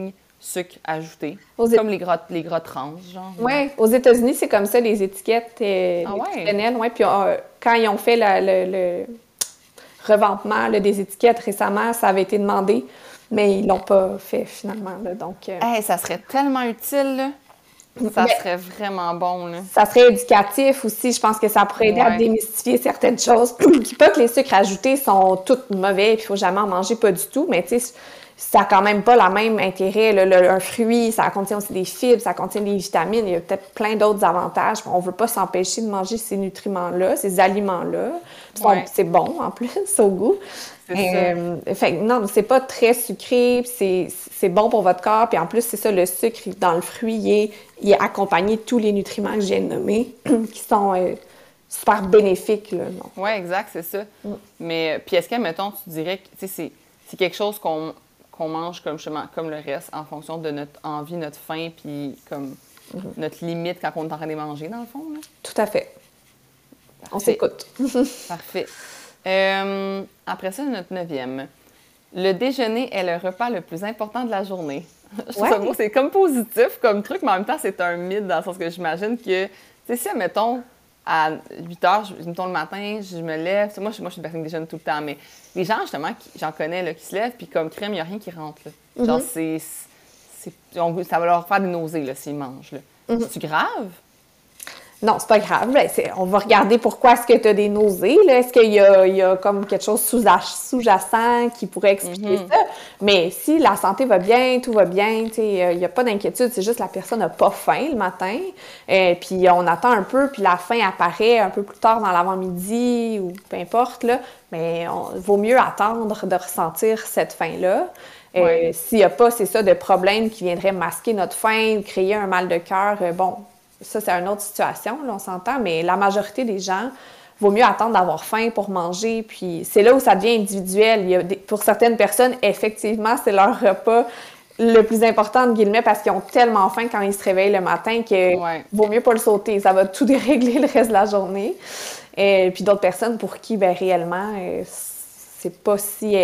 sucre ajouté, comme les gras trans, genre. Oui, aux États-Unis, c'est comme ça, les étiquettes nutritionnelles. Ouais. Puis quand ils ont fait le revampement des étiquettes récemment, ça avait été demandé, mais ils l'ont pas fait finalement. Là, donc, ça serait tellement utile, là. Ça serait vraiment bon, là. Ça serait éducatif aussi. Je pense que ça pourrait aider à démystifier certaines choses. Puis pas que les sucres ajoutés sont tous mauvais, puis il faut jamais en manger, pas du tout, mais tu sais, ça n'a quand même pas le même intérêt. Un fruit, ça contient aussi des fibres, ça contient des vitamines, il y a peut-être plein d'autres avantages. On ne veut pas s'empêcher de manger ces nutriments-là, ces aliments-là. C'est bon, en plus, au goût. Fait non, c'est pas très sucré, c'est bon pour votre corps. Puis en plus, c'est ça, le sucre dans le fruit, il est accompagné de tous les nutriments que je viens de nommer, qui sont super bénéfiques. Oui, exact, c'est ça. Mais puis est-ce que, mettons, tu dirais que c'est quelque chose qu'on mange comme le reste en fonction de notre envie, notre faim, puis comme notre limite quand on est en train de manger, dans le fond? Là? Tout à fait. Parfait. On s'écoute. Parfait. Après ça, notre 9e. Le déjeuner est le repas le plus important de la journée. Je trouve ça beau, c'est comme positif comme truc, mais en même temps, c'est un mythe dans le sens que j'imagine que, tu sais, si, admettons, à 8 heures, mettons le matin, je me lève. Moi, je suis une personne qui déjeune tout le temps, mais les gens, justement, j'en connais, là, qui se lèvent, puis comme crème, il n'y a rien qui rentre. Là. Genre, ça va leur faire des nausées, là, s'ils mangent. Là. C'est-tu grave? Non, c'est pas grave. On va regarder pourquoi est-ce que tu as des nausées. Là. Est-ce qu'il y a comme quelque chose sous-jacent qui pourrait expliquer ça? Mais si la santé va bien, tout va bien, il n'y a pas d'inquiétude. C'est juste que la personne n'a pas faim le matin. Puis on attend un peu, puis la faim apparaît un peu plus tard dans l'avant-midi ou peu importe. Là. Mais il vaut mieux attendre de ressentir cette faim-là. S'il n'y a pas, c'est ça, de problèmes qui viendraient masquer notre faim ou créer un mal de cœur, ça, c'est une autre situation, là, on s'entend, mais la majorité des gens, vaut mieux attendre d'avoir faim pour manger, puis c'est là où ça devient individuel. Pour certaines personnes, effectivement, c'est leur repas le plus important, entre guillemets, parce qu'ils ont tellement faim quand ils se réveillent le matin que vaut mieux pas le sauter. Ça va tout dérégler le reste de la journée. Et puis d'autres personnes pour qui, réellement, c'est pas si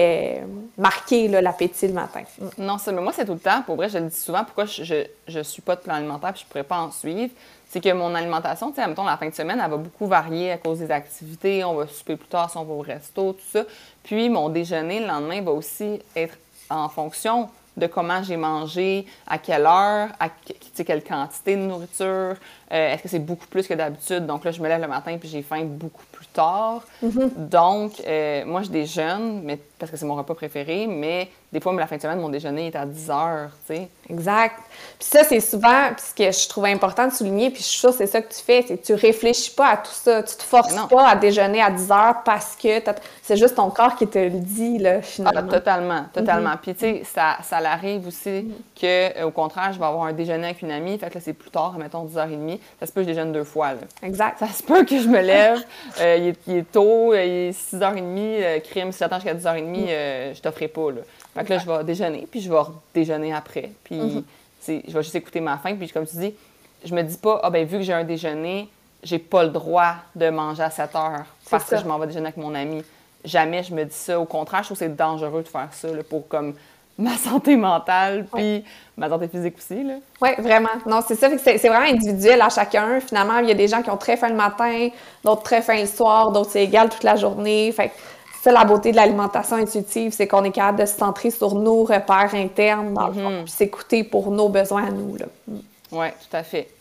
marqué là, l'appétit le matin. Non, mais moi, c'est tout le temps. Pour vrai, je le dis souvent, pourquoi je suis pas de plan alimentaire et je pourrais pas en suivre, c'est que mon alimentation, tu sais, mettons, la fin de semaine, elle va beaucoup varier à cause des activités. On va souper plus tard si on va au resto, tout ça. Puis mon déjeuner, le lendemain, va aussi être en fonction de comment j'ai mangé, à quelle heure, quelle quantité de nourriture, est-ce que c'est beaucoup plus que d'habitude? Donc là, je me lève le matin puis j'ai faim beaucoup plus tard. Donc, moi, je déjeune, mais parce que c'est mon repas préféré, mais des fois, la fin de semaine, mon déjeuner est à 10 heures, tu sais. Exact. Puis ça, c'est souvent ce que je trouve important de souligner, puis je suis sûre que c'est ça que tu fais, c'est que tu réfléchis pas à tout ça. Tu te forces pas à déjeuner à 10 heures parce que c'est juste ton corps qui te le dit, là, finalement. Totalement. Puis, tu sais, ça arrive aussi qu'au contraire, je vais avoir un déjeuner avec une amie, fait que là, c'est plus tard, mettons 10h30. Ça se peut que je déjeune 2 fois, là. Exact. Ça se peut que je me lève, il est tôt, il est 6h30, crime, si j'attends jusqu'à 10h30, je t'offrais pas, là. Fait que là, je vais déjeuner, puis je vais déjeuner après. Puis, je vais juste écouter ma faim. Puis, comme tu dis, je me dis pas, vu que j'ai un déjeuner, j'ai pas le droit de manger à 7 heures parce que je m'en vais déjeuner avec mon ami. Jamais je me dis ça. Au contraire, je trouve que c'est dangereux de faire ça là, pour comme ma santé mentale, puis ma santé physique aussi. Oui, vraiment. Non, c'est ça. C'est vraiment individuel à chacun. Finalement, il y a des gens qui ont très faim le matin, d'autres très faim le soir, d'autres c'est égal toute la journée. Fait que ça, la beauté de l'alimentation intuitive, c'est qu'on est capable de se centrer sur nos repères internes, dans le fond, puis s'écouter pour nos besoins à nous. Oui, tout à fait.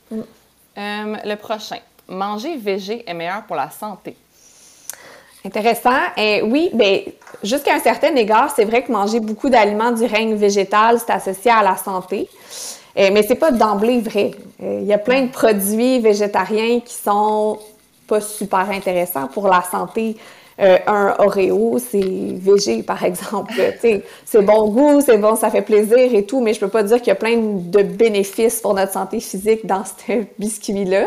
Le prochain. Manger végé est meilleur pour la santé. Intéressant. Oui, bien, jusqu'à un certain égard, c'est vrai que manger beaucoup d'aliments du règne végétal, c'est associé à la santé. Mais c'est pas d'emblée vrai. Il y a plein de produits végétariens qui sont pas super intéressants pour la santé. Un Oreo, c'est végé, par exemple. C'est bon goût, c'est bon, ça fait plaisir et tout, mais je peux pas dire qu'il y a plein de bénéfices pour notre santé physique dans ce biscuit-là.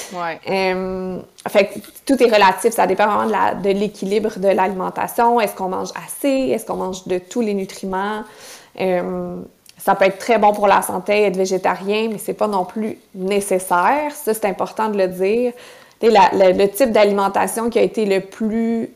Fait que tout est relatif, ça dépend vraiment de l'équilibre de l'alimentation. Est-ce qu'on mange assez? Est-ce qu'on mange de tous les nutriments? Ça peut être très bon pour la santé, être végétarien, mais c'est pas non plus nécessaire. Ça, c'est important de le dire. Le type d'alimentation qui a été le plus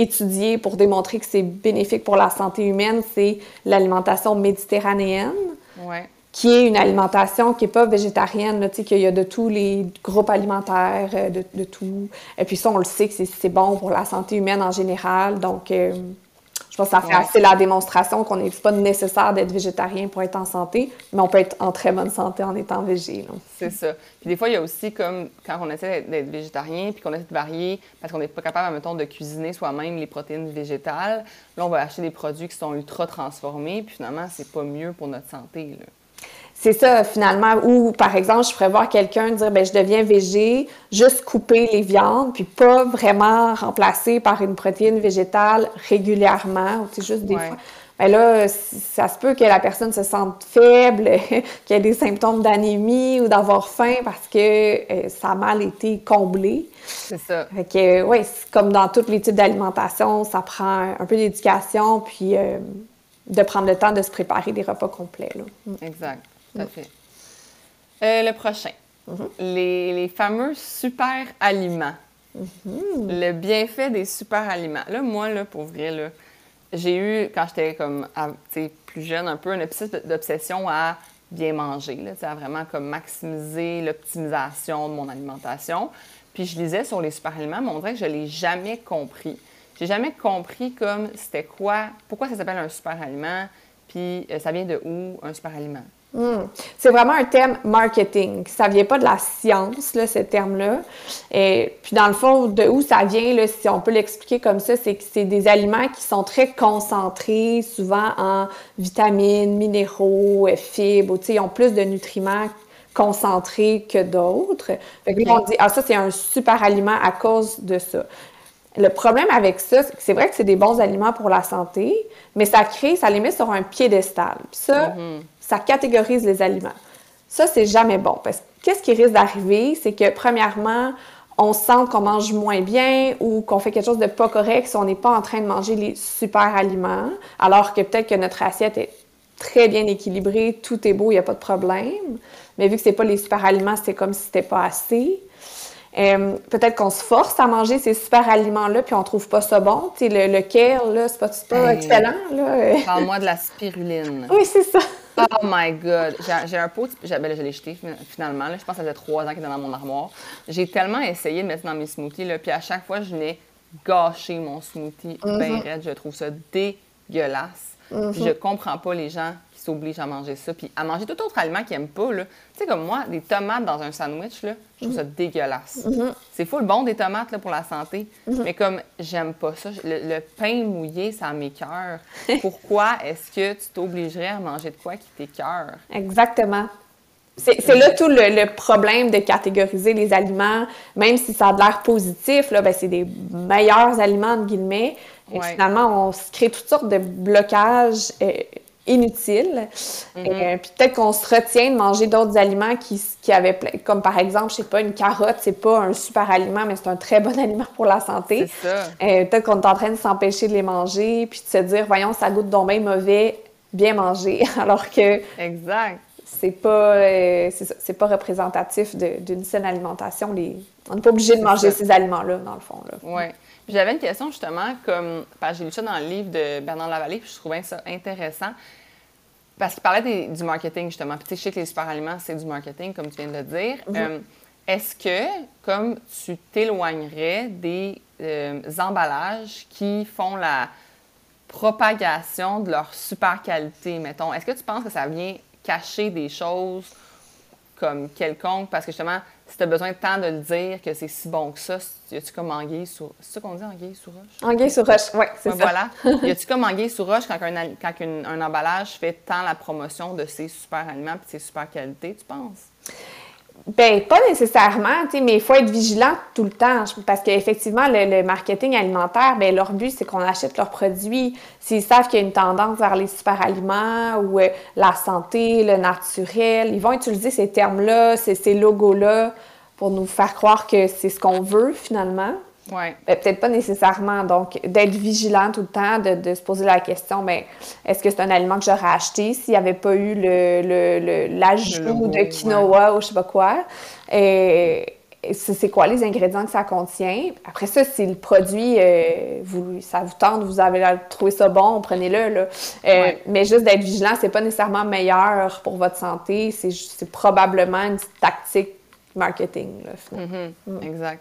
étudié pour démontrer que c'est bénéfique pour la santé humaine, c'est l'alimentation méditerranéenne. Ouais. qui est une alimentation qui n'est pas végétarienne, là, tu sais, qu'il y a de tous les groupes alimentaires, de tout. Et puis ça, on le sait que c'est bon pour la santé humaine en général. Donc, je pense que ça fait assez la démonstration qu'on n'est pas nécessaire d'être végétarien pour être en santé, mais on peut être en très bonne santé en étant végé. C'est ça. Puis des fois, il y a aussi comme quand on essaie d'être végétarien puis qu'on essaie de varier parce qu'on n'est pas capable, mettons, de cuisiner soi-même les protéines végétales, là, on va acheter des produits qui sont ultra transformés puis finalement, c'est pas mieux pour notre santé, là. C'est ça, finalement, ou par exemple, je pourrais voir quelqu'un dire, ben je deviens végé, juste couper les viandes, puis pas vraiment remplacer par une protéine végétale régulièrement, ou c'est juste des fois. Ben là, ça se peut que la personne se sente faible, qu'il y ait des symptômes d'anémie ou d'avoir faim parce que ça a mal été comblé. C'est ça. Fait que, oui, comme dans tous les types d'alimentation, ça prend un peu d'éducation, puis de prendre le temps de se préparer des repas complets, là. Exact. Tout à fait. Le prochain. Les fameux super aliments. Le bienfait des super aliments. Là, moi, là, pour vrai, là, j'ai eu, quand j'étais comme plus jeune, un peu une d'obsession à bien manger, là, à vraiment comme maximiser l'optimisation de mon alimentation. Puis je lisais sur les super aliments, mais on dirait que je ne l'ai jamais compris. J'ai jamais compris comme c'était quoi, pourquoi ça s'appelle un super aliment, puis ça vient de où, un super aliment? C'est vraiment un terme marketing. Ça vient pas de la science, là, ce terme-là. Et puis, dans le fond, de où ça vient, là, si on peut l'expliquer comme ça, c'est que c'est des aliments qui sont très concentrés, souvent en vitamines, minéraux, fibres. Ils ont plus de nutriments concentrés que d'autres. Fait que là, on dit, ah, ça, c'est un super aliment à cause de ça. Le problème avec ça, c'est vrai que c'est des bons aliments pour la santé, mais ça les met sur un piédestal. Puis ça, ça catégorise les aliments. Ça, c'est jamais bon. Parce que qu'est-ce qui risque d'arriver? C'est que, premièrement, on sent qu'on mange moins bien ou qu'on fait quelque chose de pas correct si on n'est pas en train de manger les super aliments, alors que peut-être que notre assiette est très bien équilibrée, tout est beau, il n'y a pas de problème. Mais vu que c'est pas les super aliments, c'est comme si c'était pas assez. Peut-être qu'on se force à manger ces super aliments-là, puis on trouve pas ça bon. Tu sais, le kale, là, c'est pas excellent, là. Parle-moi de la spiruline. Oui, c'est ça. Oh my God! J'ai un pot, je l'ai jeté finalement. Là, je pense que ça faisait 3 ans qu'il était dans mon armoire. J'ai tellement essayé de mettre dans mes smoothies, là, puis à chaque fois, je venais gâcher mon smoothie bien raide. Je trouve ça dégueulasse. Puis je comprends pas les gens qui s'obligent à manger ça, puis à manger tout autre aliment qu'ils n'aiment pas, là. Tu sais, comme moi, des tomates dans un sandwich, là, je trouve ça dégueulasse. C'est full bon, des tomates, là, pour la santé, mais comme j'aime pas ça, le pain mouillé, ça m'écoeure. Pourquoi est-ce que tu t'obligerais à manger de quoi qui t'écoeure? Exactement. C'est là tout le problème de catégoriser les aliments, même si ça a l'air positif, là, ben c'est des meilleurs aliments, entre guillemets. Et finalement, on se crée toutes sortes de blocages inutiles. Puis peut-être qu'on se retient de manger d'autres aliments qui avaient, comme par exemple, je sais pas, une carotte, c'est pas un super aliment, mais c'est un très bon aliment pour la santé. C'est ça. Peut-être qu'on est en train de s'empêcher de les manger, puis de se dire, voyons, ça goûte donc bien mauvais, bien manger, alors que... Exact. C'est pas représentatif d'une saine alimentation. On n'est pas obligé de manger ces aliments-là, dans le fond. Oui. J'avais une question, justement, parce que j'ai lu ça dans le livre de Bernard Lavallée, puis je trouvais ça intéressant, parce qu'il parlait du marketing, justement. Puis tu sais, je sais que les super aliments, c'est du marketing, comme tu viens de le dire. Est-ce que, comme tu t'éloignerais des emballages qui font la propagation de leur super qualité, mettons, est-ce que tu penses que ça vient cacher des choses comme quelconque, parce que justement, si tu as besoin de temps de le dire que c'est si bon que ça, y a-tu comme anguille sur... C'est ça qu'on dit, anguille sur roche? Anguille sur roche, oui, c'est ça. Voilà. Y a-tu comme anguille sur roche quand un emballage fait tant la promotion de ses super aliments et de ses super qualités, tu penses? Bien, pas nécessairement, mais il faut être vigilant tout le temps, parce qu'effectivement, le marketing alimentaire, bien, leur but, c'est qu'on achète leurs produits. S'ils savent qu'il y a une tendance vers les super aliments ou la santé, le naturel, ils vont utiliser ces termes-là, ces logos-là, pour nous faire croire que c'est ce qu'on veut, finalement. Oui. Peut-être pas nécessairement. Donc, d'être vigilant tout le temps, de se poser la question, bien, est-ce que c'est un aliment que j'aurais acheté s'il n'y avait pas eu l'ajout de quinoa ou je sais pas quoi? Et c'est quoi les ingrédients que ça contient. Après ça, si le produit, ça vous tente, vous avez trouvé ça bon, prenez-le. Là. Mais juste d'être vigilant, c'est pas nécessairement meilleur pour votre santé. C'est probablement une petite tactique marketing. Là, finalement. Exact.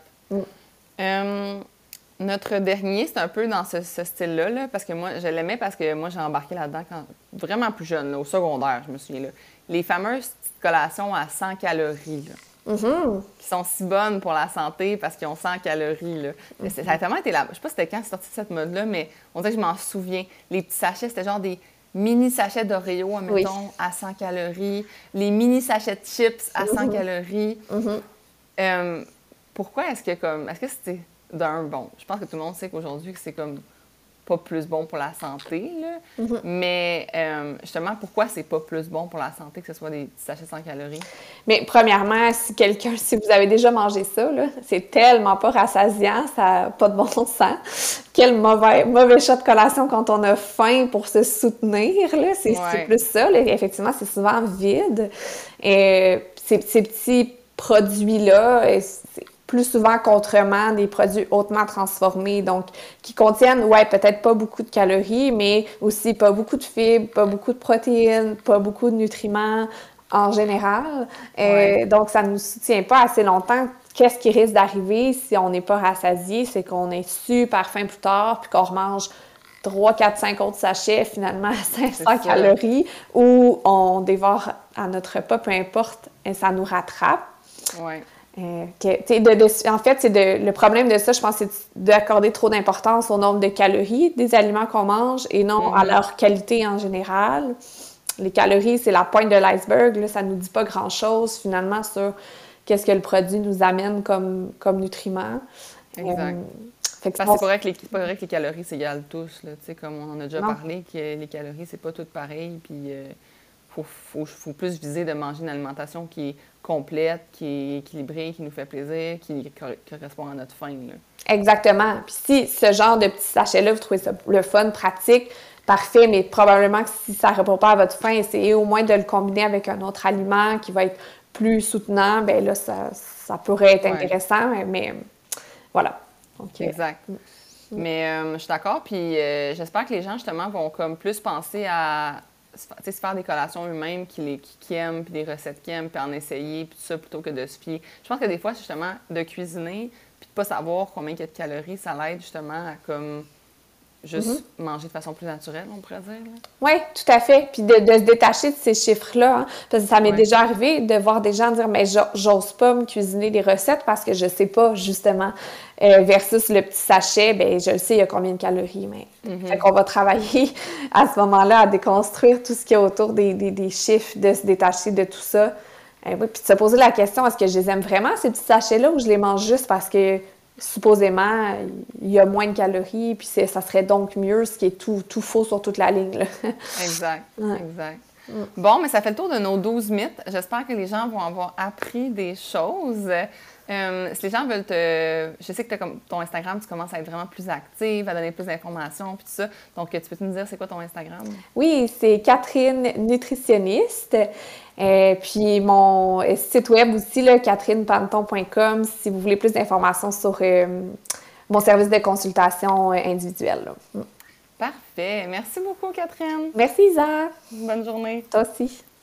Notre dernier, c'est un peu dans ce style-là, là, parce que moi, je l'aimais parce que moi, j'ai embarqué là-dedans quand vraiment plus jeune, là, au secondaire, je me souviens. Là. Les fameuses petites collations à 100 calories, là, qui sont si bonnes pour la santé parce qu'ils ont 100 calories. Là. Ça a tellement été là. Je sais pas c'était quand c'est sorti cette mode-là, mais on dirait que je m'en souviens. Les petits sachets, c'était genre des mini sachets d'Oreo, admettons, à 100 calories. Les mini sachets de chips à 100 calories. Pourquoi est-ce que c'était bon, je pense que tout le monde sait qu'aujourd'hui, que c'est comme pas plus bon pour la santé, là. Mais justement, pourquoi c'est pas plus bon pour la santé que ce soit des petits sachets sans calories? Mais premièrement, si vous avez déjà mangé ça, là, c'est tellement pas rassasiant, ça n'a pas de bon sens. Quel mauvais chat de collation quand on a faim pour se soutenir, là. C'est plus ça, là. Effectivement, c'est souvent vide. Et ces petits produits-là, plus souvent qu'autrement, des produits hautement transformés, donc qui contiennent, peut-être pas beaucoup de calories, mais aussi pas beaucoup de fibres, pas beaucoup de protéines, pas beaucoup de nutriments en général. Donc, ça ne nous soutient pas assez longtemps. Qu'est-ce qui risque d'arriver si on n'est pas rassasié? C'est qu'on est super faim plus tard, puis qu'on remange 3, 4, 5 autres sachets, finalement, à 500 calories, ou on dévore à notre repas, peu importe, et ça nous rattrape. En fait, le problème de ça, je pense, c'est d'accorder trop d'importance au nombre de calories des aliments qu'on mange et non à leur qualité en général. Les calories, c'est la pointe de l'iceberg. Là, ça ne nous dit pas grand-chose, finalement, sur qu'est-ce que le produit nous amène comme nutriments. Exact. C'est pas vrai que les calories s'égalent tous. Là, comme on en a déjà parlé, que les calories, c'est pas tout pareil. Puis faut plus viser de manger une alimentation qui est complète, qui est équilibrée, qui nous fait plaisir, qui correspond à notre faim. Là. Exactement. Puis si ce genre de petits sachets-là, vous trouvez ça le fun, pratique, parfait, mais probablement que si ça ne répond pas à votre faim, essayez au moins de le combiner avec un autre aliment qui va être plus soutenant. Bien là, ça pourrait être intéressant, mais voilà. Donc, exact. Mais je suis d'accord, puis j'espère que les gens, justement, vont comme plus penser à se faire des collations eux-mêmes qui aiment, puis des recettes qu'ils aiment, puis en essayer, puis tout ça, plutôt que de se fier. Je pense que des fois, justement, de cuisiner, puis de pas savoir combien il y a de calories, ça l'aide justement à comme juste manger de façon plus naturelle, on pourrait dire. Oui, tout à fait. Puis de se détacher de ces chiffres-là. Hein, parce que ça m'est déjà arrivé de voir des gens dire « Mais j'ose pas me cuisiner des recettes parce que je sais pas, justement. Versus le petit sachet, bien, je le sais, il y a combien de calories. Mais fait qu'on va travailler à ce moment-là à déconstruire tout ce qu'il y a autour des chiffres, de se détacher de tout ça. Oui, puis de se poser la question, est-ce que je les aime vraiment, ces petits sachets-là, ou je les mange juste parce que supposément, il y a moins de calories, puis ça serait donc mieux, ce qui est tout faux sur toute la ligne. Là. Exact, exact. Bon, mais ça fait le tour de nos 12 mythes. J'espère que les gens vont avoir appris des choses. Si les gens veulent je sais que comme ton Instagram, tu commences à être vraiment plus active, à donner plus d'informations, puis tout ça. Donc, tu peux nous dire, c'est quoi ton Instagram? Oui, c'est Catherine Nutritionniste. Puis mon site web aussi, là, catherinepanton.com, si vous voulez plus d'informations sur mon service de consultation individuelle. Là. Parfait. Merci beaucoup, Catherine. Merci, Isa. Bonne journée. Toi aussi.